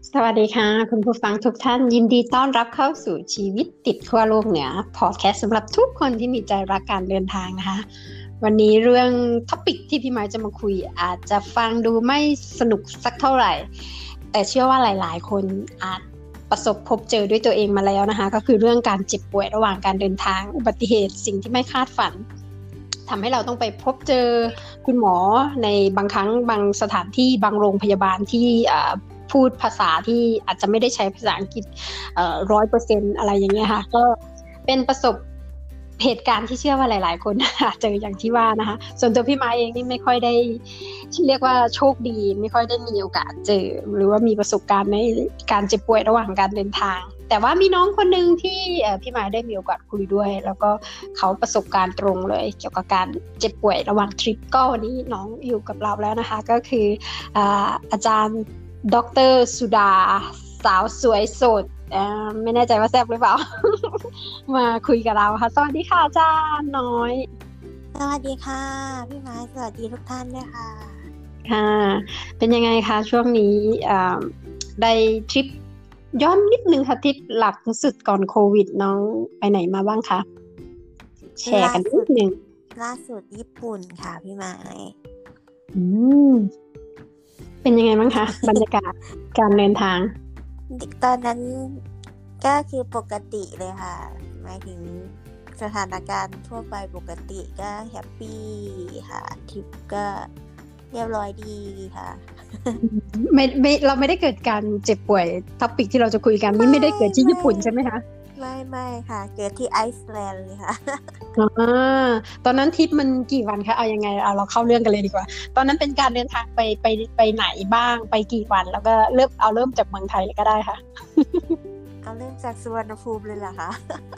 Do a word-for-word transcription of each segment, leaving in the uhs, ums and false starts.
สวัสดีค่ะคุณผู้ฟังทุกท่านยินดีต้อนรับเข้าสู่ชีวิตติดขั้วโลกเหนือพอดแคสต์สำหรับทุกคนที่มีใจรักการเดินทางนะคะวันนี้เรื่องท็อปิกที่พี่ไม้จะมาคุยอาจจะฟังดูไม่สนุกสักเท่าไหร่แต่เชื่อว่าหลายๆคนอาจประสบพบเจอด้วยตัวเองมาแล้วนะคะก็คือเรื่องการเจ็บป่วยระหว่างการเดินทางอุบัติเหตุสิ่งที่ไม่คาดฝันทำให้เราต้องไปพบเจอคุณหมอในบางครั้งบางสถานที่บางโรงพยาบาลที่พูดภาษาที่อาจจะไม่ได้ใช้ภาษาอังกฤษร้อยเปอร์เซ็นต์อะไรอย่างเงี้ยค่ะก็เป็นประสบเหตุการณ์ที่เชื่อว่าหลายๆคนเจออย่างที่ว่านะคะส่วนตัวพี่มาเองนี่ไม่ค่อยได้เรียกว่าโชคดีไม่ค่อยได้มีโอกาสเจอหรือว่ามีประสบการณ์ในการเจ็บป่วยระหว่างการเดินทางแต่ว่ามีน้องคนนึงที่พี่มาได้มีโอกาสคุยด้วยแล้วก็เขาประสบการณ์ตรงเลยเกี่ยวกับการเจ็บป่วยระหว่างทริปก็วันนี้น้องอยู่กับเราแล้วนะคะก็คืออาจารย์ดร.สุดาสาวสวยโสดไม่แน่ใจว่าแซ่บหรือเปล่า มาคุยกับเราค่ะสวัสดีค่ะอาจารย์น้อยสวัสดีค่ะพี่ไม้สวัสดีทุกท่านด้วยค่ะค่ะเป็นยังไงคะช่วงนี้ได้ทริปย้อนนิดนึงค่ะทริปหลักสุดก่อนโควิดน้องไปไหนมาบ้างคะแชร์กันนิดนึงล่าสุดญี่ปุ่นค่ะพี่ไม้อืมเป็นยังไงบ้างคะบรรยากาศการเดินทางตอนนั้นก็คือปกติเลยค่ะหมายถึงสถานการณ์ทั่วไปปกติก็แฮปปี้ค่ะทริปก็เรียบร้อยดีค่ะไม่ไม่เราไม่ได้เกิดการเจ็บป่วยท็อปิกที่เราจะคุยกันนี่ไม่ได้เกิดที่ญี่ปุ่นใช่ไหมคะไม่ไม่ค่ะเกิดที่ไอซ์แลนด์เลยค่ะอ๋อตอนนั้นทริปมันกี่วันคะเอายังไงเอาเราเข้าเรื่องกันเลยดีกว่าตอนนั้นเป็นการเดินทางไปไปไปไหนบ้างไปกี่วันแล้วก็เริ่มเอาเริ่มจากเมืองไทยเลยก็ได้ค่ะเอาเริ่มจากสุวรรณภูมิเลยเหรอคะ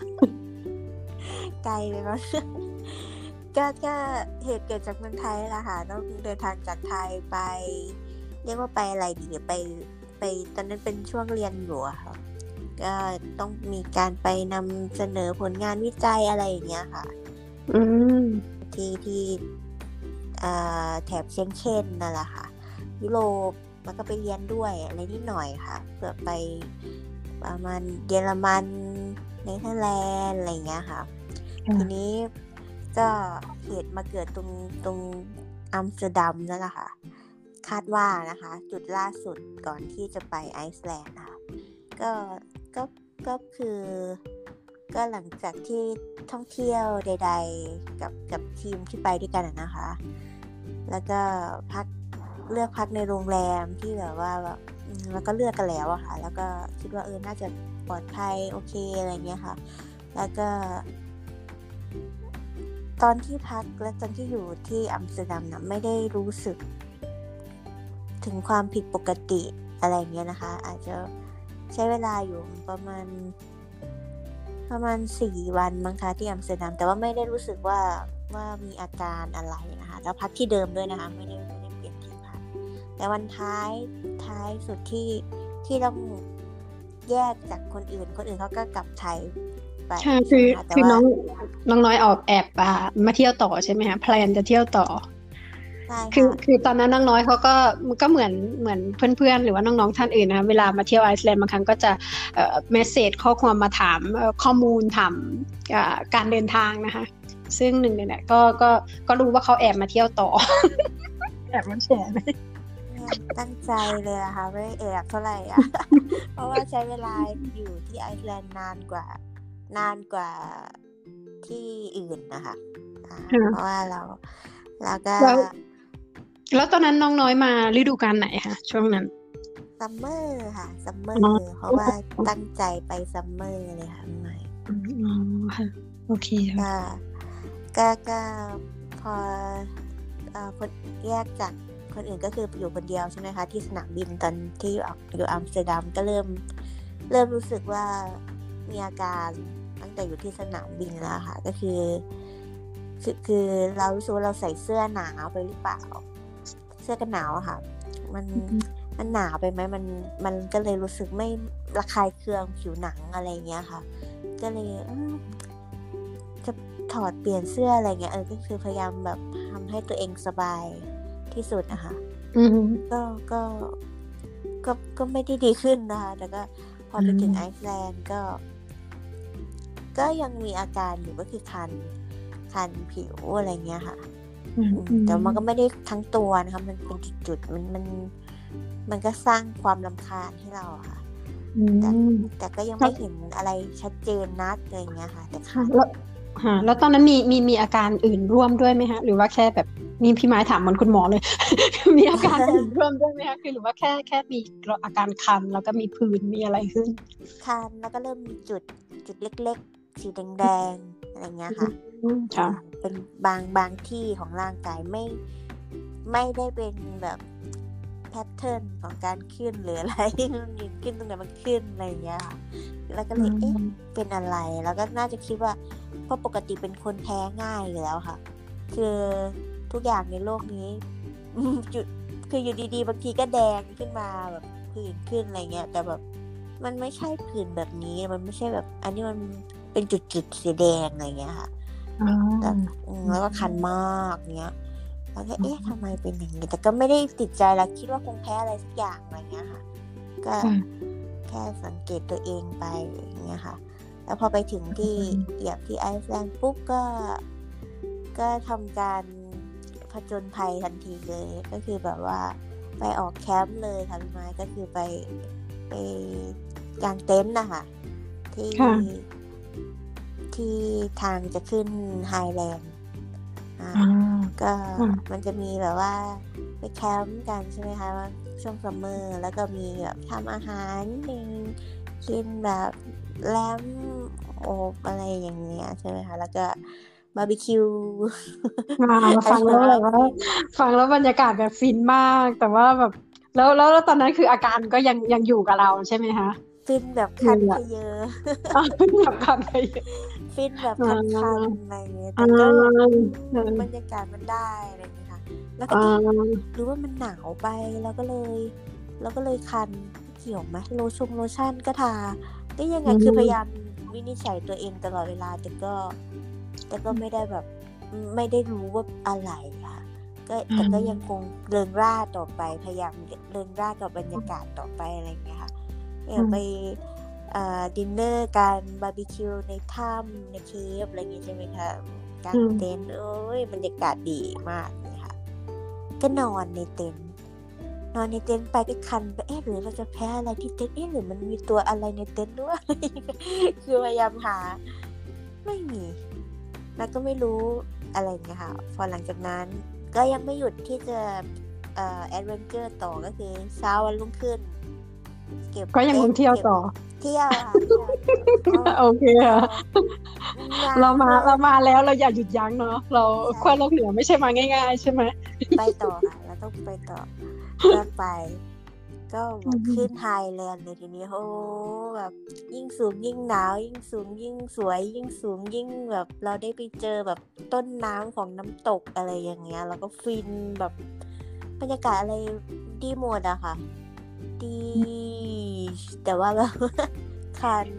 ไกลไปมั้งก็ก็เหตุเกิดจากเมืองไทยแหละค่ะต้องเดินทางจากไทยไปเรียกว่าไปอะไรดีไปไปตอนนั้นเป็นช่วงเรียนอยู่ค่ะก็ต้องมีการไปนำเสนอผลงานวิจัยอะไรอย่างเงี้ยค่ะอืมที่ที่แถบเชงเก้นนั่นแหละค่ะยุโรปแล้วก็ไปเรียนด้วยอะไรนิดหน่อยค่ะเพื่อไปประมาณเยอรมันเนเธอร์แลนด์อะไรอย่างเงี้ยค่ะทีนี้ก็เหตุมาเกิดตรงตรงอัมสเตอร์ดัมนั่นแหละค่ะคาดว่านะคะจุดล่าสุดก่อนที่จะไปไอซ์แลนด์ค่ะก็ก็ก็คือก็หลังจากที่ท่องเที่ยวใดๆกับกับทีมที่ไปด้วยกันนะคะแล้วก็พักเลือกพักในโรงแรมที่แบบว่าแบบแล้วก็เลือกกันแล้วอะค่ะแล้วก็คิดว่าเออน่าจะปลอดภัยโอเคอะไรเงี้ยค่ะแล้วก็ตอนที่พักและตอนที่อยู่ที่อัมสเตอร์ดัมนะไม่ได้รู้สึกถึงความผิดปกติอะไรเงี้ยนะคะอาจจะใช้เวลาอยู่ประมาณประมาณสี่วันมั้งคะที่อัมสเตอร์ดัมแต่ว่าไม่ได้รู้สึกว่าว่ามีอาการอะไรนะคะแล้วพักที่เดิมด้วยนะคะไม่ได้ไม่ได้เปลี่ยนที่พักแต่วันท้ายท้ายสุดที่ที่ต้องแยกจากคนอื่นคนอื่นเขาก็กลับไทยไปใช่คือคือน้องน้องน้อยออกแอบมาเที่ยวต่อใช่ไหมคะแพลนจะเที่ยวต่อคือคือตอนนั้นน้องน้อยเขาก็ก็เหมือนเหมือนเพื่อนๆหรือว่าน้องๆท่านอื่นนะคะเวลามาเที่ยวไอซ์แลนด์บางครั้งก็จะเอ่อเมสเสจข้อความมาถามข้อมูลถามการเดินทางนะคะซึ่งหนึ่งเนี่ยก็ก็ก็รู้ว่าเขาแอบมาเที่ยวต่อแอบมาแชร์ตั้งใจเลยอะค่ะไม่แอบเท่าไหร่อะเพราะว่าใช้เวลาอยู่ที่ไอซ์แลนด์นานกว่านานกว่าที่อื่นนะคะเพราะว่าเราแล้วก็แล้วตอนนั้นน้องน้อยมาฤดูกาลไหนคะช่วงนั้นซัมเมอร์ค่ะซัมเมอร์เพราะว่าตั้งใจไปซัมเมอร์เลยค่ะใหม่อ๋อค่ะโอเคค่ะก็ก็พอคนแยกจากคนอื่นก็คืออยู่คนเดียวใช่ไหมคะที่สนามบินตอนที่อยู่อัมสเตอร์ดัมก็เริ่มเริ่มรู้สึกว่ามีอาการตั้งแต่อยู่ที่สนามบินแล้วค่ะก็คือคือคือเรารู้สึกว่าเราใส่เสื้อหนาวไปหรือเปล่าเสื้อกันหนาวอะค่ะมันมันหนาวไปไหมมันมันก็เลยรู้สึกไม่ระคายเคืองผิวหนังอะไรเงี้ยค่ะก็เลยจะถอดเปลี่ยนเสื้ออะไรเงี้ยเออก็คือพยายามแบบทำให้ตัวเองสบายที่สุดนะคะก็ก็ก็ก็ไม่ได้ดีขึ้นนะคะแต่ก็พอไปถึงไอซ์แลนด์ก็ก็ยังมีอาการอยู่ก็คือคันคันผิวอะไรเงี้ยค่ะแต่มันก็ไม่ได้ทั้งตัวนะคะมันเป็นจุดๆมันมันมันก็สร้างความรำคาญให้เราค่ะแต่แต่ก็ยังไม่เห็นอะไรชัดเจนนักอะไรเงี้ยค่ะแต่คันแล้วฮะแล้วตอนนั้นมีมีมีอาการอื่นร่วมด้วยไหมฮะหรือว่าแค่แบบมีพี่ไม้ถามเหมือนคุณหมอเลย มีอาการอื่นร่วมด้วยไหมคะคือหรือว่าแค่แค่มีอาการคันแล้วก็มีผื่นมีอะไรขึ้นคันแล้วก็เริ่มมีจุดจุดเล็กๆสีแดงๆอะไรเงี้ยค่ะค่ะเป็นบางบางที่ของร่างกายไม่ไม่ได้เป็นแบบแพทเทิร์นของการขึ้นหรืออะไรมันขึ้นตรงไหนมันขึ้นอะไรอย่างเงี้ยค่ะแล้วก็เลยเอ๊ะเป็นอะไรแล้วก็น่าจะคิดว่าเพราะปกติเป็นคนแพ้ง่ายอยู่แล้วค่ะคือทุกอย่างในโลกนี้จุดคืออยู่ดีๆบางทีก็แดงขึ้นมาแบบผื่นขึ้นอะไรเงี้ยแต่แบบมันไม่ใช่ผื่นแบบนี้มันไม่ใช่แบบอันนี้มันเป็นจุดๆสีแดงอะไรเงี้ยค่ะแล้วก็คันมากเงี้ยแล้วก็เอ๊ะทำไมเป็นอย่างนี้แต่ก็ไม่ได้ติดใจแล้วคิดว่าคงแพ้อะไรสักอย่างอะไรเงี้ยค่ะก็แค่สังเกตตัวเองไปอย่างเงี้ยค่ะแล้วพอไปถึงที่เหยียบที่ไอซ์แลนด์ปุ๊บก็ก็ทำการผจญภัยทันทีเลยก็คือแบบว่าไปออกแคมป์เลยค่ะพี่ไม้ก็คือไปไปกางเต็นท์นะคะที่ที่ทางจะขึ้นไฮแลนด์ก็มันจะมีแบบว่าไปแคมป์กันใช่ไหมคะว่าช่วงซัมเมอร์แล้วก็มีแบบทำอาหารกินแบบแลมโอบอะไรอย่างเงี้ยใช่ไหมคะแล้วก็บาร์บีคิวฟังแล้วแบบว่าฟังแล้วบรรยากาศแบบฟินมากแต่ว่าแบบแล้วแล้วตอนนั้นคืออาการก็ยังยังอยู่กับเราใช่ไหมคะฟินแบบคันทะเยอฟินแบบคันทะเยอฟินแบบคันคันอะไรเงี้ยแต่ก็บรรยากาศมันได้อะไรเงี้ยค่ะแล้วก็หรือว่ามันหนาวไปแล้วก็เลยแล้วก็เลยคันเกี่ยวไหมโลชั่นโลชั่นก็ทาก็ยังไงคือพยายามวินิจฉัยตัวเองตลอดเวลาแต่ก็แต่ก็ไม่ได้แบบไม่ได้รู้ว่าอะไรค่ะก็แต่ก็ยังคงเริงร่าต่อไปพยายามเริงร่ากับบรรยากาศต่อไปอะไรเงี้ยค่ะอย่างไปดินเนอร์การบาร์บีคิวในถ้ำในเคฟอะไรอย่างงี้ใช่ไหมคะกางเต็นท์โอ้ยบรรยากาศดีมากเลยค่ะก็นอนในเต็นท์นอนในเต็นท์ไปก็คันไปเอ๊ะหรือเราจะแพ้อะไรที่เต็นท์เอ๊ะหรือมันมีตัวอะไรในเต็นท์ด้วย คือพยายามหาไม่มีแล้วก็ไม่รู้อะไรเงี้ยค่ะพอหลังจากนั้นก็ยังไม่หยุดที่จะเอ่อแอดเวนเจอร์ต่อก็คือเช้าวันรุ่งขึ้นเก็บก็ยังคงเที่ยวต่อเที่ยวค่ะโอเคค่ะเรามาเรามาแล้วเราอย่าหยุดยั้งเนาะเราขั้วโลกเหนือไม่ใช่มาง่ายๆใช่ไหมไปต่อค่ะเราต้องไปต่อก็ไปก็ขึ้นไฮแลนด์เลยทีนี้โอ้แบบยิ่งสูงยิ่งหนาวยิ่งสูงยิ่งสวยยิ่งสูงยิ่งแบบเราได้ไปเจอแบบต้นน้ำของน้ำตกอะไรอย่างเงี้ยแล้วก็ฟินแบบบรรยากาศอะไรดีหมดอะค่ะดีแต่ว่าแบบคัน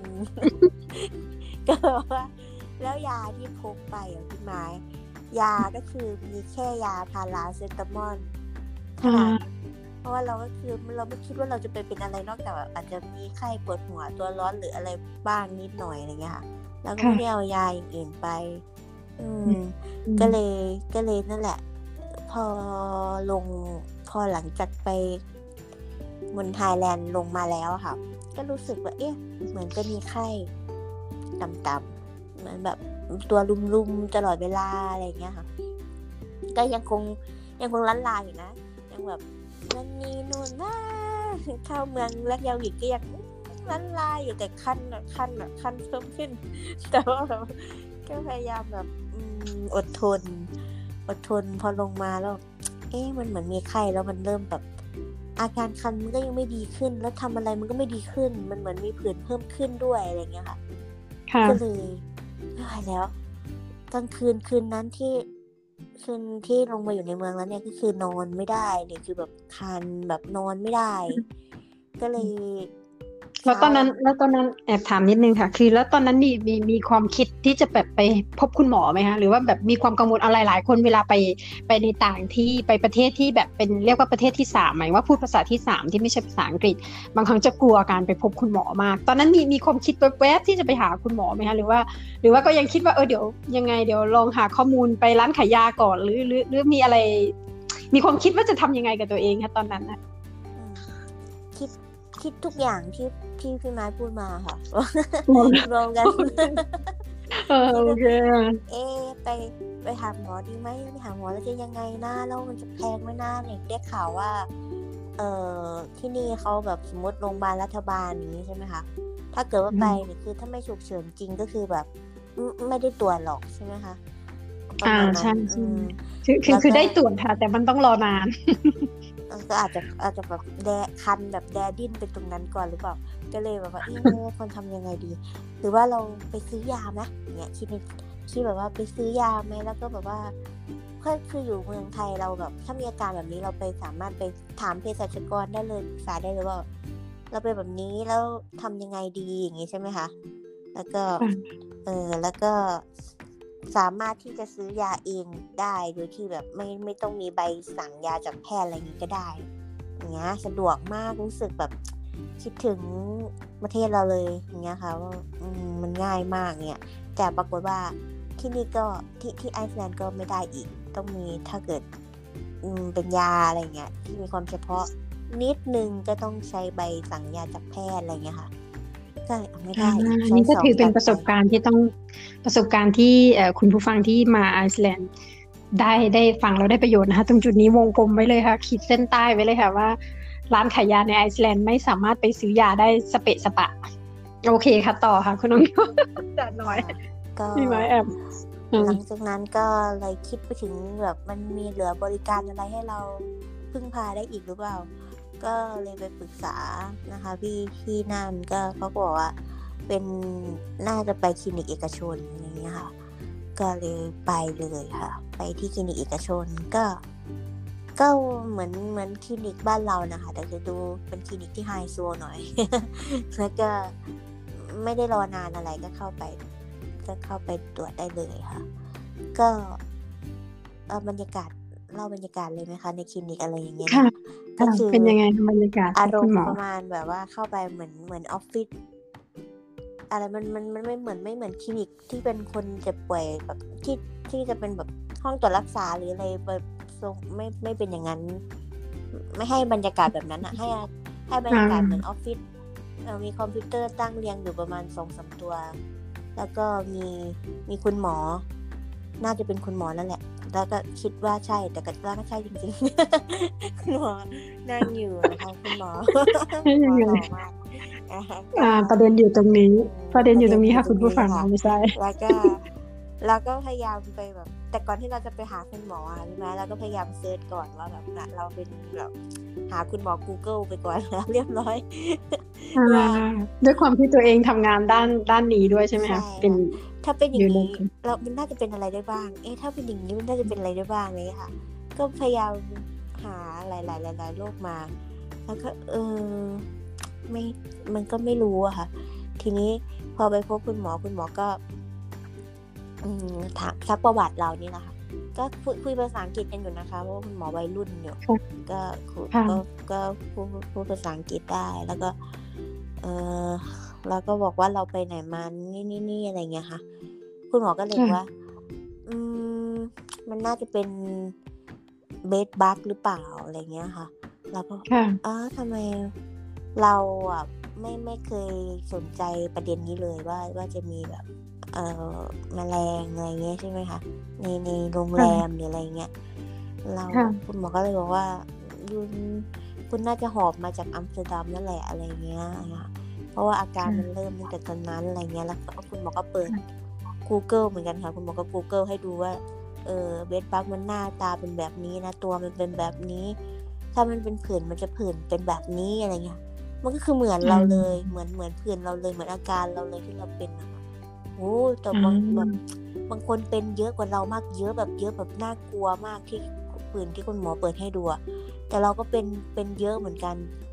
ก็แบบว่าแล้วยาที่พกไปอ่ะพี่ไม้ยาก็คือมีแค่ยาพาราเซตามอลเท่านั้นเพราะว่าเราก็คือเราไม่คิดว่าเราจะไปเป็นอะไรนอกจากแบบอาจจะมีไข้ปวดหัวตัวร้อนหรืออะไรบ้างนิดหน่อยอะไรเงี้ยค่ะแล้วก็ไม่ได้เอายาอย่างอื่นไปอืมก็เลยก็เลยนั่นแหละพอลงพอหลังจากไปบนไทยแลนด์ลงมาแล้วค่ะก็รู้สึกว่าเอ๊ะเหมือนจะมีไข้ต่ำๆเหมือนแบบตัวลุมๆตลอดเวลาอะไรเงี้ยค่ะก็ยังคงยังคงล้านลาอยู่นะยังแบบนั่นนี่นู่นนะเข้าเมืองแรกยาวอีกก็ยังล้านลาอยู่แต่ขั้นขั้นแบบขั้นเพิ่มขึ้นแต่ว่าก็พยายามแบบอดทนอดทนพอลงมาแล้วเอ๊ะมันเหมือนมีไข้แล้วมันเริ่มแบบอาการคันมันก็ยังไม่ดีขึ้นแล้วทำอะไรมันก็ไม่ดีขึ้นมันเหมือนมีผื่นเพิ่มขึ้นด้วยอะไรเงี้ยค่ะก็เลยไม่ไหวแล้วกลางคืนคืนนั้นที่คืนที่ลงมาอยู่ในเมืองแล้วเนี่ยก็คือนอนไม่ได้เนี่ยคือแบบคันแบบนอนไม่ได้ก็เลยแล้วเช้าตอนนั้นแล้วตอนนั้นแอบถามนิดนึงค่ะคือแล้วตอนนั้นมีมีมีความคิดที่จะแบบไปพบคุณหมอไหมคะหรือว่าแบบมีความกังวลอะไรหลายคนเวลาไปไปในต่างที่ไปประเทศที่แบบเป็นเรียกว่าประเทศที่สามหมายว่าพูดภาษาที่สามที่ไม่ใช่ภาษาอังกฤษบางครั้งจะกลัวการไปพบคุณหมอมากตอนนั้นมีมีความคิดแวบๆที่จะไปหาคุณหมอไหมคะหรือว่าหรือว่าก็ยังคิดว่าเออเดี๋ยวยังไงเดี๋ยวลองหาข้อมูลไปร้านขายยาก่อนหรือหรือหรือมีอะไรมีความคิดว่าจะทำยังไงกับตัวเองคะตอนนั้นนะคิดคิดทุกอย่างที่ที่พี่ไม้พูดมาค่ะรวมกันเออโอเคเอ๊ไปไปหาหมอดีไหมไปหาหมอแล้วจะยังไงนะแล้วมันจะแพงไหมนะเนี่ยได้ข่าวว่าเอ่อที่นี่เขาแบบสมมติโรงพยาบาลรัฐบาลนี้ใช่ไหมคะถ้าเกิดว่าไปเนี่ยคือถ้าไม่ฉุกเฉินจริงก็คือแบบไม่ได้ตรวจหรอกใช่ไหมคะอ่าใช่ใช่คือคือคือได้ตรวจค่ะแต่มันต้องรอนานก็อาจจะอาจจะแบบแดคันแบบแดดิ้นไปตรงนั้นก่อนหรือเปล่าก็เลยแบบว่าเออคนทำยังไงดีหรือว่าเราไปซื้อยาไหมเนี่ยคิดคิดแบบว่าไปซื้อยาไหมแล้วก็แบบว่าก็คืออยู่เมืองไทยเราแบบถ้ามีอาการแบบนี้เราไปสามารถไปถามเภสัชกรได้เลยปรึกษาได้เลยว่าเราเป็นแบบนี้แล้วทำยังไงดีอย่างนี้ใช่ไหมคะแล้วก็เออแล้วก็สามารถที่จะซื้อยาเองได้โดยที่แบบไม่ไม่ต้องมีใบสั่งยาจากแพทย์อะไรอย่างนี้ก็ได้อย่างเงี้ยสะดวกมากรู้สึกแบบคิดถึงประเทศเราเลยอย่างเงี้ยค่ะว่าอืมมันง่ายมากเนี่ยแต่ปรากฏว่าที่นี่ก็ที่ที่ไอซ์แลนด์ก็ไม่ได้อีกต้องมีถ้าเกิดอืมเป็นยาอะไรเงี้ยที่มีความเฉพาะนิดนึงก็ต้องใช้ใบสั่งยาจากแพทย์อะไรเงี้ยค่ะก็ไม่ได้อีกช้อยนี่ก็ถือเป็นประสบไปการณ์ที่ต้องประสบการณ์ที่คุณผู้ฟังที่มาไอซ์แลนด์ได้ได้ฟังแล้วได้ประโยชน์นะคะตรงจุดนี้วงกลมไว้เลยค่ะขีดเส้นใต้ไว้เลยค่ะว่าร้านขายยาในไอซ์แลนด์ไม่สามารถไปซื้อยาได้สเปะสปะโอเคค่ะต่อค่ะคุณน้องจัดหน่อยก็มีไหมแอมหลังจากนั้นก็เลยคิดไปถึงแบบมันมีเหลือบริการอะไรให้เราพึ่งพาได้อีกหรือเปล่าก็เลยไปปรึกษานะคะพี่ที่นั่นก็เขาบอกว่าเป็นน่าจะไปคลินิกเอกชนอะไรเงี้ยค่ะก็เลยไปเลยค่ะไปที่คลินิกเอกชนก็ก็เหมือนเหมือนคลินิกบ้านเรานะคะแต่จะดูเป็นคลินิกที่ไฮโซหน่อย แล้วก็ไม่ได้รอนานอะไรก็เข้าไปก็เข้าไปตรวจได้เลยค่ะก็เออบรรยากาศเล่าบรรยากาศเลยไหมคะในคลินิกอะไรอย่างเงี้ยนะก็คือเป็นยังไงบรรยากาศอารมณ์ประมาณแบบว่าเข้าไปเหมือนเหมือนออฟฟิศอะไรมันมันมันไม่เหมือนไม่เหมือนคลินิกที่เป็นคนเจ็บป่วยแบบที่ที่จะเป็นแบบห้องตรวจรักษาหรืออะไรแบบทรงไม่ไม่เป็นอย่างนั้นไม่ให้บรรยากาศแบบนั้นอะให้ให้บรรยากาศเหมือนออฟฟิศมีคอมพิวเตอร์ตั้งเรียงอยู่ประมาณ สองสาม ตัวแล้วก็มีมีคุณหมอน่าจะเป็นคุณหมอนั่นแหละแล้วก็คิดว่าใช่แต่ก็ว่าไม่ใช่จริงๆคุณหมอนั่งอยู่นะคะคุณหมอหมอหล่อมากอ่าประเด็นอยู่ตรงนี้ประเด็นอยู่ตรงนี้ค่ะคุณผู้ฟังไม่ใช่แล้วก็เราก็พยายามไปแบบแต่ก่อนที่เราจะไปหาคุณหมอใช่ไหมเราก็พยายามเซิร์ชก่อนว่าแบบเราเป็นแบบหาคุณหมอ Google ไปก่อนแล้วเรียบร้อยด้วยความที่ตัวเองทำงานด้านด้านนี้ด้วยใช่ไหมคะเป็นถ้าเป็นอย่างนี้เรามันน่าจะเป็นอะไรได้บ้างเอ๊ะถ้าเป็นอย่างนี้มันน่าจะเป็นอะไรได้บ้างเลยค่ะก็พยายามหาหลายๆหลายๆโรคมาแล้วก็เออไม่มันก็ไม่รู้อะค่ะทีนี้พอไปพบคุณหมอคุณหมอก็อืมถามซักประวัติเรานี่แหละค่ะก็คุยคุยภาษาอังกฤษกันอยู่นะคะเพราะว่าคุณหมอวัยรุ่นอยู่ก็ก็ก็พูดพูดภาษาอังกฤษได้แล้วก็เออแล้วก็บอกว่าเราไปไหนมานี่นี่นี่อะไรเงี้ยค่ะคุณหมอก็เลยบอกว่าอืมมันน่าจะเป็นเบดบักหรือเปล่าอะไรเงี้ยค่ะแล้วก็อ๋อทำไมเราอ่ะไม่ไม่เคยสนใจประเด็นนี้เลยว่าว่าจะมีแบบเอ่อแมลงอะไรเงี้ยใช่ไหมคะในในโรงแรมหรืออะไรเงี้ยเราคุณหมอก็เลยบอกว่าคุณคุณน่าจะหอบมาจากอัมสเตอร์ดัมนั่นแหละอะไรเงี้ยเพราะว่าอาการมันเริ่มตั้งแต่ตอนนั้นอะไรเงี้ยแล้วคุณหมอก็เปิด Google เหมือนกันค่ะคุณหมอก็ Google ให้ดูว่าเออเบดบักมันหน้าตาเป็นแบบนี้นะตัวมันเป็นแบบนี้ถ้ามันเป็นผื่นมันจะผื่นเป็นแบบนี้อะไรเงี้ยมันก็คือเหมือนเราเลยเหมือนเหมือนผื่นเราเลยเหมือนอาการเราเลยที่เราเป็นนะคะโอ้แต่บางแบบบางคนเป็นเยอะกว่าเรามากเยอะแบบเยอะแบบน่ากลัวมากที่ผื่นที่คุณหมอเปิดให้ดูแต่เราก็เป็นเป็นเยอะเหมือนกัน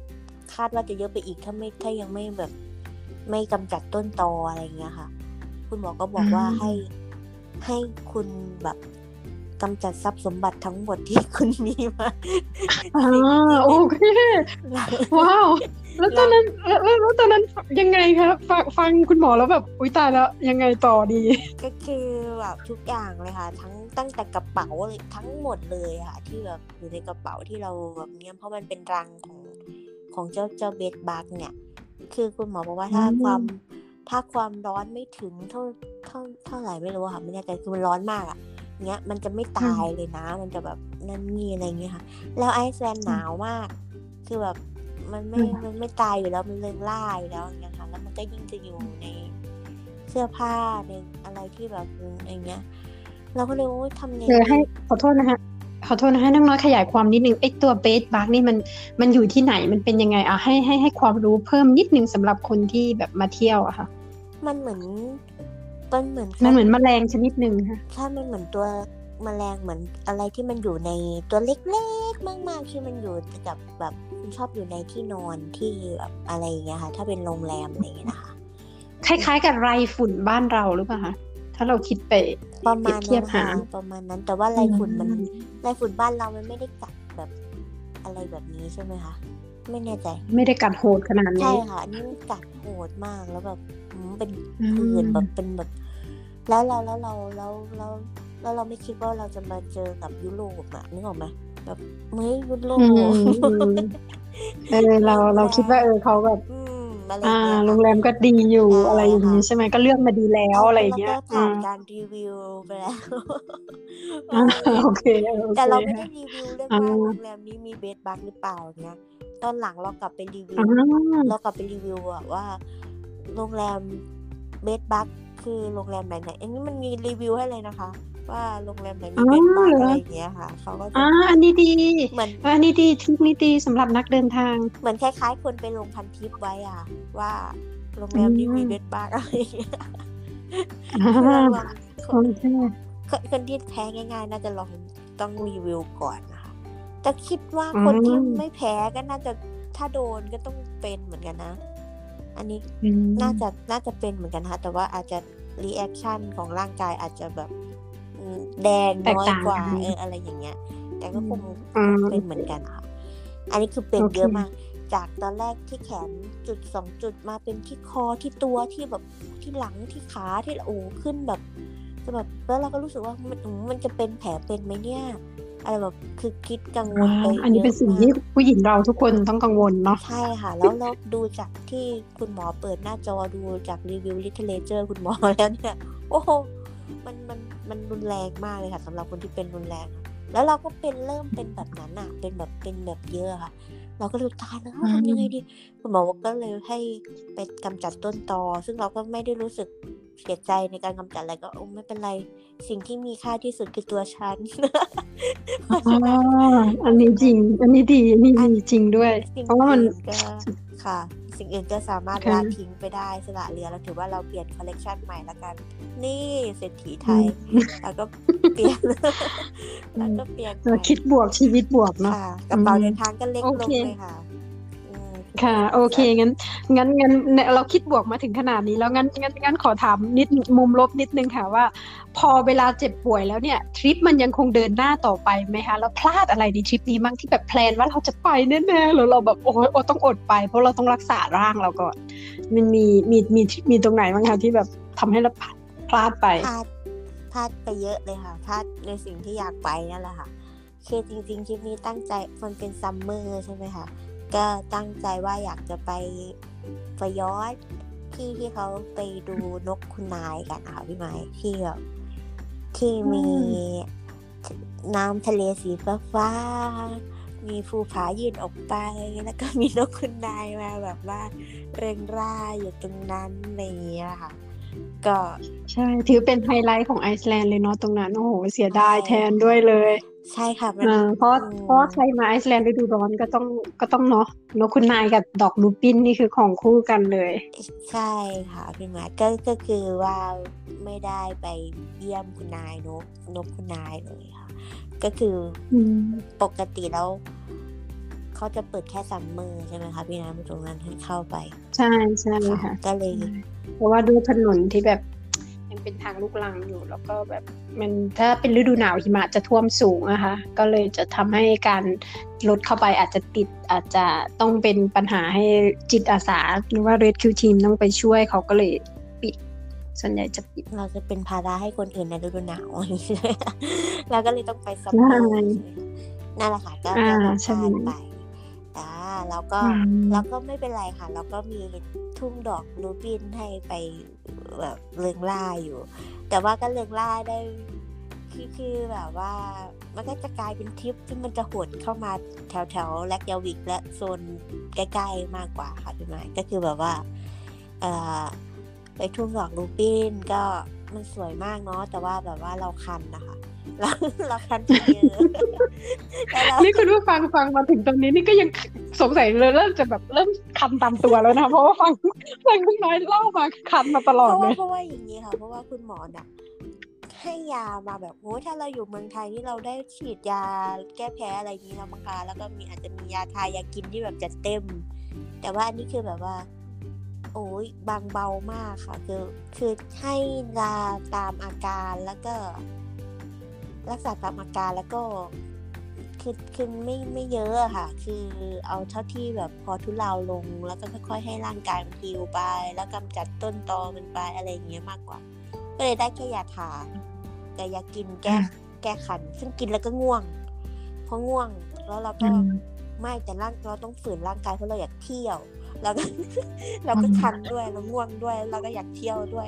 คาดว่าจะเยอะไปอีกถ้าไม่ถ้ายังไม่แบบไม่กำจัดต้นตออะไรเงี้ยค่ะคุณหมอก็บอกว่าให้ให้คุณแบบกำจัดทรัพย์สมบัติทั้งหมดที่คุณมีมาอ่าโอเคว้าวแล้วตอนนั้นแล้วแล้วตอนนั้นยังไงครับฟังฟังคุณหมอแล้วแบบอุ๊ยตายแล้วยังไงต่อดีก็คือแบบทุกอย่างเลยค่ะทั้งตั้งแต่กระเป๋าเลยทั้งหมดเลยค่ะที่แบบอยู่ในกระเป๋าที่เราแบบเนี้ยเพราะมันเป็นรังของของเจ้าเจ้าเบดบักเนี่ยคือคุณหมอบอกว่าถ้าความถ้าความร้อนไม่ถึงเท่าเท่าเท่าไหร่ไม่รู้ค่ะไม่แน่ใจคือมันร้อนมากอ่ะเงี้ยมันจะไม่ตายเลยนะมันจะแบบนั่นนี่อะไรเงี้ยค่ะแล้วไอซ์แลนด์หนาวมากคือแบบมันไม่มันไม่ตายอยู่แล้วมันเริงร่าอยู่แล้วอย่างเงี้ยค่ะแล้วมันก็ยิ่งจะอยู่ในเสื้อผ้าในอะไรที่แบบอะไรเงี้ยเราก็เลยโอ้ยทำไงเออให้ขอโทษนะคะขอโทษนะให้น้องน้อยขยายความนิดนึงไอ้ตัวเบสบักนี่มันมันอยู่ที่ไหนมันเป็นยังไงอ่ะให้ให้ให้ความรู้เพิ่มนิดนึงสำหรับคนที่แบบมาเที่ยวอะค่ะมันเหมือนมันเหมือนมันเหมือนแมลงชนิดนึงค่ะใช่มันเหมือนตัวแมลงเหมือนอะไรที่มันอยู่ในตัวเล็กๆมากๆที่มันอยู่กับแบบชอบอยู่ในที่นอนที่แบบอะไรอย่างเงี้ยค่ะถ้าเป็นโรงแรมอะไรอย่างเงี้ยนะคะคล้ายๆกับไรฝุ่นบ้านเราหรือเปล่าคะถ้าเราคิดไปประมาณเทียบหาประมาณนั้นแต่ว่าไรฝุ่นมันไรฝุ่นบ้านเรามันไม่ได้กัดแบบอะไรแบบนี้ใช่ไหมคะไม่แน่ใจไม่ได้กัดโหดขนาดนี้ใช่ค่ะอันนี้มันกัดโหดมากแล้วแบบเป็นผื่นแบบเป็นแบบแล้วเราแล้วเราแล้วแล้วแล้วเราไม่คิดว่าเราจะมาเจอกับยุโรปอะนึกออกไหมแบบเฮ้ยยุโรปเออเราเราคิดว่าเออเขาแบบอ่าโรงแรมก็ดีอยู่อะไรอย่างนี้ใช่ไหมก็เลือกมาดีแล้วอะไรอย่างเงี้ยผ่านการรีวิวไปแล้วโอเคแต่เราไม่ได้รีวิวเรื่องว่าโรงแรมนี้มีเบดบักหรือเปล่าเนี้ยตอนหลังเรากลับไปรีวิวเรากลับไปรีวิวอะว่าโรงแรมเบดบักคือโรงแรมไหนไหนอันนี้มันมีรีวิวให้เลยนะคะว่าโรงแรมไหนมีเบดบักอะไรอย่างเงี้ยค่ะเขาก็จะอ่าอันนี้ดีเหมือนอันนี้ดีทริปนี้ดีสำหรับนักเดินทางเหมือนคล้ายๆคนไปลงพันทิปไว้อ่ะว่าโรงแรมนี้มีเบดบักอะไรอย่างเงี้ยคนคนที่แพ้ง่ายๆน่าจะลองต้องรีวิวก่อนนะคะแต่คิดว่าคนที่ไม่แพ้ก็น่าจะถ้าโดนก็ต้องเป็นเหมือนกันนะอันนี้น่าจะน่าจะเป็นเหมือนกันนะคะแต่ว่าอาจจะรีแอคชั่นของร่างกายอาจจะแบบแดงน้อยกว่าเอออะไรอย่างเงี้ยแต่ก็คงเป็นเหมือนกันค่ะอันนี้คือเป็นเยอะมากจากตอนแรกที่แขนจุดสองจุดมาเป็นที่คอที่ตัวที่แบบที่หลังที่ขาที่โอ้ขึ้นแบบจะแบบแล้วเราก็รู้สึกว่ามันมันจะเป็นแผลเป็นไหมเนี่ยอะไรแบบคือคิดกังวลไปเยอะมากอันนี้เป็นสิ่งที่ผู้หญิงเราทุกคนต้องกังวลเนาะใช่ค่ะแล้วเราดูจากที่คุณหมอเปิดหน้าจอดูจากรีวิวลิเทเรเจอร์คุณหมอแล้วเนี่ยโอ้โหมันมันมันรุนแรงมากเลยค่ะสำหรับคนที่เป็นรุนแรงแล้วเราก็เป็นเริ่มเป็นแบบนั้นอ่ะเป็นแบบเป็นแบบเยอะค่ะเราก็เลยตายแล้วทำยังไงดีคุณหมอก็เลยให้ไปกำจัดต้นตอซึ่งเราก็ไม่ได้รู้สึกเสียใจในการกำจัดอะไรก็โอ้ไม่เป็นไรสิ่งที่มีค่าที่สุดคือตัวฉันอันนี้จริงอันนี้ดีอันนี้ดีจริงด้วยเพราะว่ามันค่ะสิ่งอื่นก็สามารถละทิ้งไปได้สละเรือแล้วถือว่าเราเปลี่ยนคอลเลกชันใหม่ละกันนี่เศรษฐีไทยแล้วก็เปลี่ยนแล้วก็เปลี่ยนคิดบวกชีวิตบวกเนาะกระเป๋าเดินทางก็เล็กลงเลยค่ะค่ะโอเคงั้นงั้นงั้นเราคิดบวกมาถึงขนาดนี้แล้วงั้นงั้นงั้นขอถามนิดมุมลบนิดนึงค่ะว่าพอเวลาเจ็บป่วยแล้วเนี่ยทริปมันยังคงเดินหน้าต่อไปไหมคะแล้วพลาดอะไรในทริปนี้บ้างที่แบบแพลนว่าเราจะไปแน่ๆหรือเราแบบโอ้ยโอ้ต้องอดไปเพราะเราต้องรักษาร่างเราก่อนมันมีมีมีมีตรงไหนบ้างคะที่แบบทำให้เราพลาดไปพลาดพลาดไปเยอะเลยค่ะพลาดในสิ่งที่อยากไปนั่นแหละค่ะคือจริงๆทริปนี้ตั้งใจมันเป็นซัมเมอร์ใช่ไหมคะก็ตั้งใจว่าอยากจะไปฟยอร์ดที่ที่เขาไปดูนกคุณนายกันค่ะพี่ไม้ที่แบบที่มีน้ำทะเลสีฟ้าๆมีภูผายื่นออกไปแล้วก็มีนกคุณนายมาแบบว่าเริงร่าอยู่ตรงนั้นอะไรอย่างเงี้ยค่ะก็ใช่ถือเป็นไฮไลท์ของไอซ์แลนด์เลยเนาะตรงนั้นโอ้โหเสียดายแทนด้วยเลยใช่ค่ะเพราะเพราะใครมาไอซ์แลนด์ฤดูร้อนก็ต้องก็ต้องเนาะนกคุณนายกับดอกลูปินนี่คือของคู่กันเลยใช่ค่ะพี่หมายก็ก็คือว่าไม่ได้ไปเยี่ยมคุณนายนกนกคุณนายเลยค่ะก็คือปกติแล้วเขเขาจะเปิดแค่ซัมเมอร์ใช่ไหมคะพี่น้ำตรงนั้นให้เข้าไปใช่ใช่ค่ะก็เลยเพราะว่าด้วยถนนที่แบบยังเป็นทางลูกรังอยู่แล้วก็แบบมันถ้าเป็นฤดูหนาวหิมะจะท่วมสูงอะค่ะก็เลยจะทำให้การรถเข้าไปอาจจะติดอาจจะต้องเป็นปัญหาให้จิตอาสาหรือว่า Rescue Team ต้องไปช่วยเขาก็เลยปิดส่วนใหญ่จะปิดเราจะเป็นภาระให้คนอื่นในฤดูหนาวใช่ไหมเราก็เลยต้องไปซัมเมอร์นั่นแหละค่ะก็ก็พลาดไปอ่าแล้วก็แล้วก็ไม่เป็นไรค่ะแล้วก็มีทุ่งดอกรูบินให้ไปแบบเลิงล่าอยู่แต่ว่าก็เลิงล่าได้คือคือแบบว่ามันก็จะกลายเป็นทริปที่มันจะหดเข้ามาแถวแถวแลกยาวิกและโซนใกล้ๆมากกว่าค่ะพี่หมายก็คือแบบว่าเอ่อไปทุ่งดอกรูบินก็มันสวยมากเนาะแต่ว่าแบบว่าเราคันนะคะเราเราคันเยอะนี่คุณผู้ฟังฟังมาถึงตรงนี้นี่ก็ยังสงสัยเลยเริ่มจะแบบเริ่มคันตามตัวแล้วนะเพราะว่าฟังฟังคุณน้อยเล่ามาคันมาตลอดเลยเพราะว่าอย่างนี้ค่ะเพราะว่าคุณหมอน่ะให้ยามาแบบโอ้ถ้าเราอยู่เมืองไทยนี่เราได้ฉีดยาแก้แพ้อะไรนี้แล้วมั้งคะแล้วก็มีอาจจะมียาทายากินที่แบบจัดเต็มแต่ว่าอันนี้คือแบบว่าโอ้ยบางเบามากค่ะคือคือให้ยาตามอาการแล้วก็รักษาตามอาการแล้วก็คือคือไม่ไม่เยอะอะค่ะคือเอาเท่าที่แบบพอทุเลาลงแล้วก็ค่อยๆให้ร่างกายมันฮีลไปแล้วกำจัดต้นตอมันไปอะไรอย่างเงี้ยมากกว่าก็เลยได้แค่ยาทาแต่ยากินแก้แก้คันซึ่งกินแล้วก็ง่วงพอง่วงแล้วเราก็ไม่แต่ร่างเราต้องฝืนร่างกายเพราะเราอยากเที่ยวแล้วก็เราก็คันด้วยแล้วง่วงด้วยเราก็อยากเที่ยวด้วย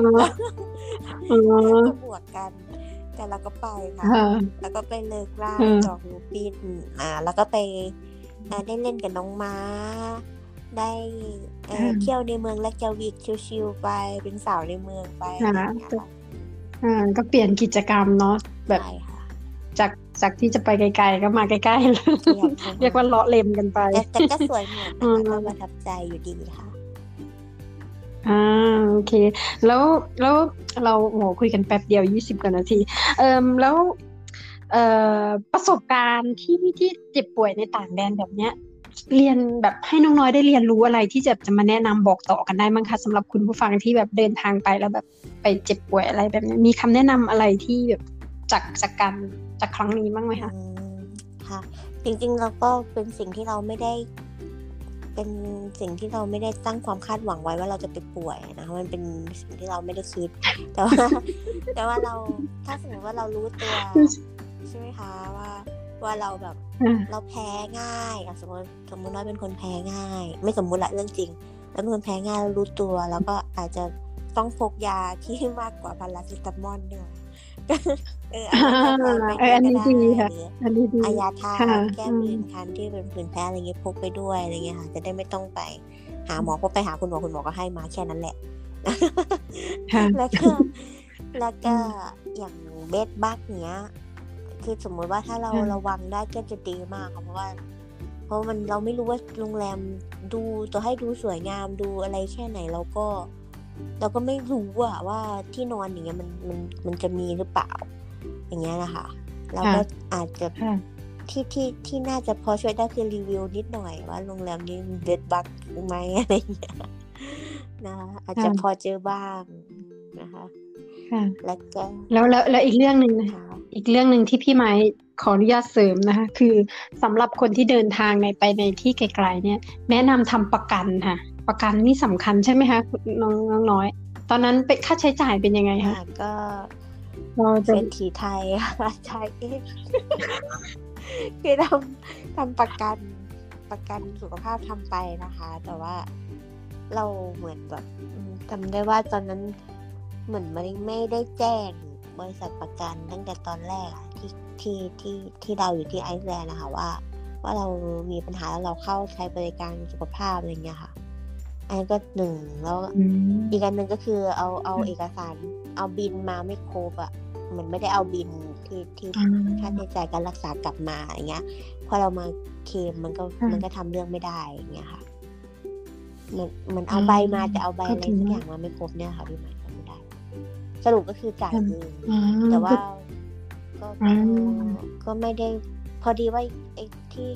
ก็บวกกันแต่เราก็ไปค่ะแล้วก็ไปเลิกล่าดอกรูบินอ่าแล้วก็ไปได้เล่นกับน้องม้าได้เที่ยวในเมืองแลกยาวิกชิลๆไปเป็นสาวในเมืองไปอ่าก็เปลี่ยนกิจกรรมเนาะแบบจากจากที่จะไปไกลๆก็มาใกล้ๆเลยเรียกว่าเลาะเล็มกันไปแต่ก็สวยเหมือนนะคะก็ประทับใจอยู่ดีค่ะอ่าโอเคแล้วแล้วเราโหคุยกันแป๊บเดียวยี่สิบกว่านาทีเอ่อแล้วเอ่อประสบการณ์ที่ที่เจ็บป่วยในต่างแดนแบบเนี้ยเรียนแบบให้น้องน้อยได้เรียนรู้อะไรที่จะจะมาแนะนำบอกต่อกันได้มั้งคะสำหรับคุณผู้ฟังที่แบบเดินทางไปแล้วแบบไปเจ็บป่วยอะไรแบบนี้มีคำแนะนำอะไรที่แบบจากจากการจากครั้งนี้บ้างไหมคะค่ะจริงๆเราก็เป็นสิ่งที่เราไม่ได้เป็นสิ่งที่เราไม่ได้ตั้งความคาดหวังไว้ว่าเราจะไปป่วยนะมันเป็นสิ่งที่เราไม่ได้คิดแต่ว่าแต่ว่าเราถ้าสมมติว่าเรารู้ตัวใช่ไหมคะว่าว่าเราแบบเราแพ้ง่ายสมมติสมมติว่าเป็นคนแพ้ง่ายไม่สมมุติละเรื่องจริงแล้วเป็นคนแพ้ง่ายเรารู้ตัวแล้วก็อาจจะต้องพกยาที่มากกว่าพาราเซตามอลด้วยเอออันนี้ดีค่ะอันนี้ดีอายาทาแก้ผื่นคันที่เป็นผื่นแพ้อะไรเงี้ยพกไปด้วยอะไรเงี้ยค่ะจะได้ไม่ต้องไปหาหมอพกไปหาคุณหมอคุณหมอก็ให้มาแค่นั้นแหละแล้วก็แล้วก็อย่างเบดบักเนี้ยคือสมมติว่าถ้าเราระวังได้ก็จะดีมากเพราะว่าเพราะมันเราไม่รู้ว่าโรงแรมดูตัวให้ดูสวยงามดูอะไรแค่ไหนเราก็เราก็ไม่รู้อะว่าที่นอนอย่างเงี้ยมันมันมันจะมีหรือเปล่าอย่างเงี้ยนะคะเราก็อาจจะที่ที่ที่น่าจะพอช่วยได้คือรีวิวนิดหน่อยว่าโรงแรมนี้มีเบดบักไหมอะไรอย่างเงี้ยนะคะอาจจะพอเจอบ้างนะคะแล้วก็แล้วแล้วแล้วอีกเรื่องนึงนะคะอีกเรื่องนึงที่พี่ไม้ขออนุญาตเสริมนะคะคือสำหรับคนที่เดินทางในไปในที่ไกลๆเนี่ยแนะนำทำประกันค่ะประกันนี่สำคัญใช่ไหมคะน้องน้องน้อยตอนนั้นเป็นค่าใช้จ่ายเป็นยังไงคะก็เป็นทีไทยค่ะใช่เองคือทำทำประกันประกันสุขภาพทำไปนะคะแต่ว่าเราเหมือนแบบจำได้ว่าตอนนั้นเหมือนไม่ไม่ได้แจ้งบริษัทประกันตั้งแต่ตอนแรกที่ที่ที่ที่เราอยู่ที่ไอซ์แลนด์นะคะว่าว่าเรามีปัญหาแล้วเราเข้าใช้บริการสุขภาพอะไรเงี้ยค่ะอันนี้ก็หนึ่งแล้วอีกอันหนึ่งก็คือเอาเอาเอกสารเอาบินมาไม่ครบอ่ะเหมือนไม่ได้เอาบินที่ที่ค่าใช้จ่ายการรักษากลับมาอย่างเงี้ยพอเรามาเคลมมันก็มันก็ทำเรื่องไม่ได้อย่างเงี้ยค่ะมันมันเอาใบมาจะเอาใบอะไรสักอย่างมาไม่ครบเนี่ยค่ะพี่หมายไม่ได้สรุปก็คือจ่ายเองแต่ว่าก็ก็ไม่ได้พอดีว่าไอ้ที่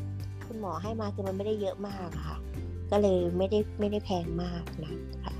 คุณหมอให้มาคือมันไม่ได้เยอะมากค่ะก็เลยไม่ได้ไม่ได้แพงมากนะค่ะ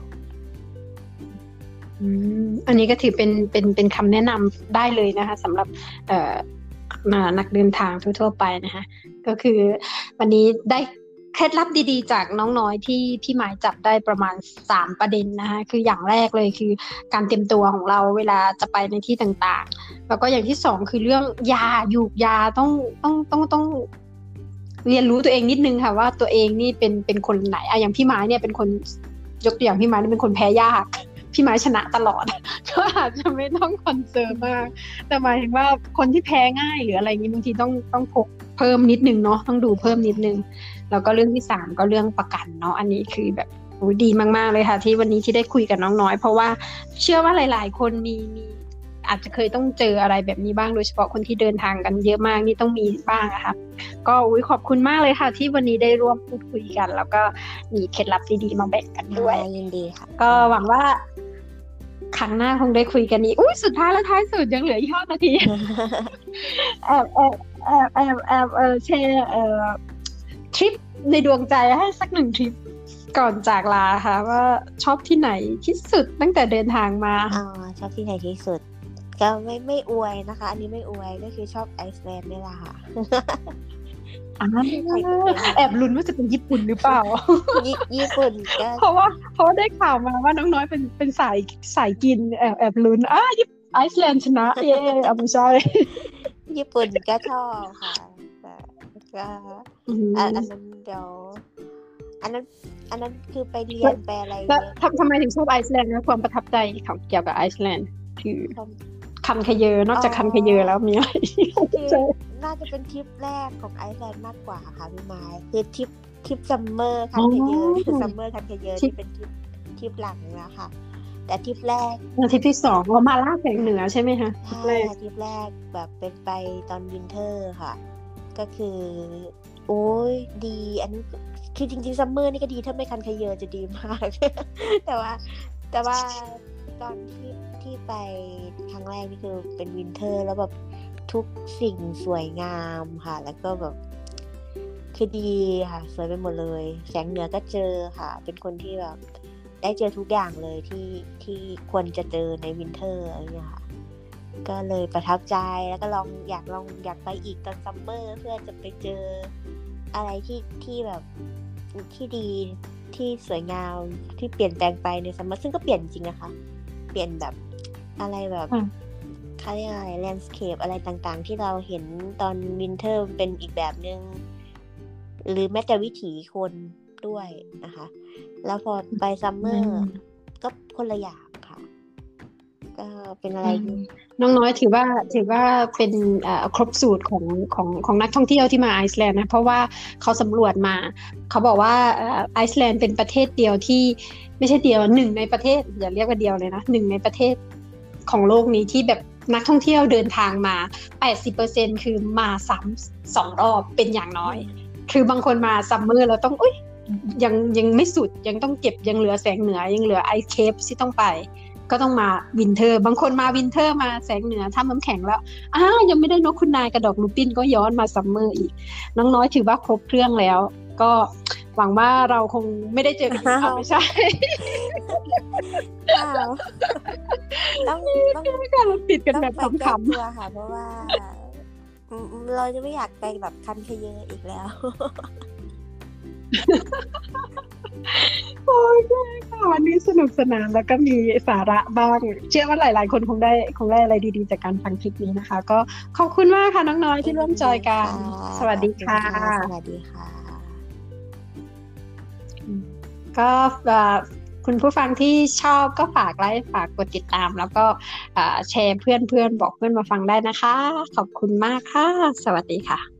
อืมอันนี้ก็ถือเป็นเป็นเป็นคำแนะนำได้เลยนะคะสำหรับเอ่อนักเดินทางทั่วๆไปนะคะก็คือวันนี้ได้เคล็ดลับดีๆจากน้องน้อยที่พี่หมายจับได้ประมาณสามประเด็นนะคะคืออย่างแรกเลยคือการเตรียมตัวของเราเวลาจะไปในที่ต่างๆแล้วก็อย่างที่สองคือเรื่องยาหยูกยาต้องต้องต้องต้องเรียนรู้ตัวเองนิดนึงค่ะว่าตัวเองนี่เป็นเป็นคนไหนอะอย่างพี่หมายเนี่ยเป็นคนยกตัวอย่างพี่หมายนี่เป็นคนแพ้ยากพี่ไม้ชนะตลอด ก็อาจจะไม่ต้องคอนเซิร์นมากแต่หมายถึงว่าคนที่แพ้ง่ายหรืออะไรอย่างนี้บางทีต้องต้องพกเพิ่มนิดนึงเนาะต้องดูเพิ่มนิดนึงแล้วก็เรื่องที่สามก็เรื่องประกันเนาะอันนี้คือแบบดีมากๆเลยค่ะที่วันนี้ที่ได้คุยกับน้องน้อยเพราะว่าเชื่อว่าหลายๆคนมีมีอาจจะเคยต้องเจออะไรแบบนี้บ้างโดยเฉพาะคนที่เดินทางกันเยอะมากนี่ต้องมีบ้างอะค่ะก็อุ้ยขอบคุณมากเลยค่ะที่วันนี้ได้ร่วมพูดคุยกันแล้วก็มีเคล็ดลับดีๆมาแบ่งกันด้วยยินดีค่ะก็หวังว่าครั้งหน้าคงได้คุยกันอีกอุ้ยสุดท้ายแล้วท้ายสุดยังเหลืออีกห้านาทีแอบแอบแอบแอบแอบเออแชร์เอ่อทริปในดวงใจให้สักหนึ่งทริปก่อนจากลาค่ะว่าชอบที่ไหนที่สุดตั้งแต่เดินทางมาอ๋อชอบที่ไหนที่สุดก็ไม่ไม่อวยนะคะอันนี้ไม่อวยก็คือชอบไอซ์แลนด์นี่แหละค่ะแอบลุ้นว่าจะเป็นญี่ปุ่นหรือเปล่าญี่ปุ่นก็เพราะว่าเพราะได้ข่าวมาว่าน้องน้อยเป็นเป็นสายสายกินแอบแอบลุ้นอ่ะไอซ์แลนด์ชนะเย่เอาไม่ใช่ญี่ปุ่นก็ชอบค่ะแต่ก็อันนั้นเดี๋ยวอันนั้นอันนั้นคือไปเรียนไปอะไรแล้วทำไมถึงชอบไอซ์แลนด์นะความประทับใจเกี่ยวกับไอซ์แลนด์คือคันคเยอนอกจากคันคเยอแล้วมีอะไรน่าจะเป็นทริปแรกของไอซ์แลนด์มากกว่าค่ะพี่ไม้คือทริปทริปซัมเมอร์คันคเยอคือซัมเมอร์คันคเยอที่เป็นทริปทริปหลังแล้วค่ะแต่ทริปแรกทริปที่สองเรามาล่าแสงเหนือใช่ไหมคะทริปแรกทริปแรกแบบเป็นไปตอนวินเทอร์ค่ะก็คือโอ้ยดีอันนี้คือจริงๆซัมเมอร์นี่ก็ดีถ้าไม่คันคเยอจะดีมากแต่ว่าแต่ว่าตอนที่ที่ไปครั้งแรกนี่คือเป็นวินเทอร์แล้วแบบทุกสิ่งสวยงามค่ะแล้วก็แบบคือดีค่ะสวยไปหมดเลยแสงเหนือก็เจอค่ะเป็นคนที่แบบได้เจอทุกอย่างเลยที่ที่ควรจะเจอในวินเทอร์อะไรอย่างเงี้ยค่ะก็เลยประทับใจแล้วก็ลองอยากลองอยากไปอีกตอนซัมเมอร์เพื่อจะไปเจออะไรที่ที่แบบที่ดีที่สวยงามที่เปลี่ยนแปลงไปในซัมเมอร์ซึ่งก็เปลี่ยนจริงนะคะเปลี่ยนแบบอะไรแบบเขาเรียกอะไรแลนด์สเคปอะไรต่างๆที่เราเห็นตอนวินเทอร์เป็นอีกแบบนึงหรือแม้แต่วิถีคนด้วยนะคะแล้วพอไปซัมเมอร์ก็คนละอย่างค่ะก็เป็นอะไรน้องน้อยถือว่าถือว่าเป็นครบสูตรของของของนักท่องเที่ยวที่มาไอซ์แลนด์นะเพราะว่าเขาสำรวจมาเขาบอกว่าไอซ์แลนด์เป็นประเทศเดียวที่ไม่ใช่เดียวหนึ่งในประเทศอย่าเรียกว่าเดียวเลยนะหนึ่งในประเทศของโลกนี้ที่แบบนักท่องเที่ยวเดินทางมา แปดสิบเปอร์เซ็นต์ คือมาซ้ำสองรอบเป็นอย่างน้อยคือบางคนมาซัมเมอร์แล้วต้องอุ๊ยยังยังไม่สุดยังต้องเก็บยังเหลือแสงเหนือยังเหลือไอซ์เคปที่ต้องไปก็ต้องมาวินเทอร์บางคนมาวินเทอร์มาแสงเหนือทำน้ำแข็งแล้วอ้ายังไม่ได้นกคุณนายกระดอกลูปิ้นก็ย้อนมาซัมเมอร์อีกน้องน้อยถือว่าครบเครื่องแล้วก็หวังว่าเราคงไม่ได้เจอกันอีกไม่ใช่ต้องต้องการรถติดกันแบบขำๆตัวค่ะเพราะว่าเราจะไม่อยากไปแบบคันคเยออีกแล้วโอ้ยค่ะวันนี้สนุกสนานแล้วก็มีสาระบ้างเชื่อว่าหลายๆคนคงได้คงได้อะไรดีๆจากการฟังคลิปนี้นะคะก็ขอบคุณมากค่ะน้องน้อยที่ร่วมจอยกันสวัสดีค่ะสวัสดีค่ะก็คุณผู้ฟังที่ชอบก็ฝากไลค์ฝากกดติดตามแล้วก็แชร์เพื่อนๆบอกเพื่อนมาฟังได้นะคะขอบคุณมากค่ะสวัสดีค่ะ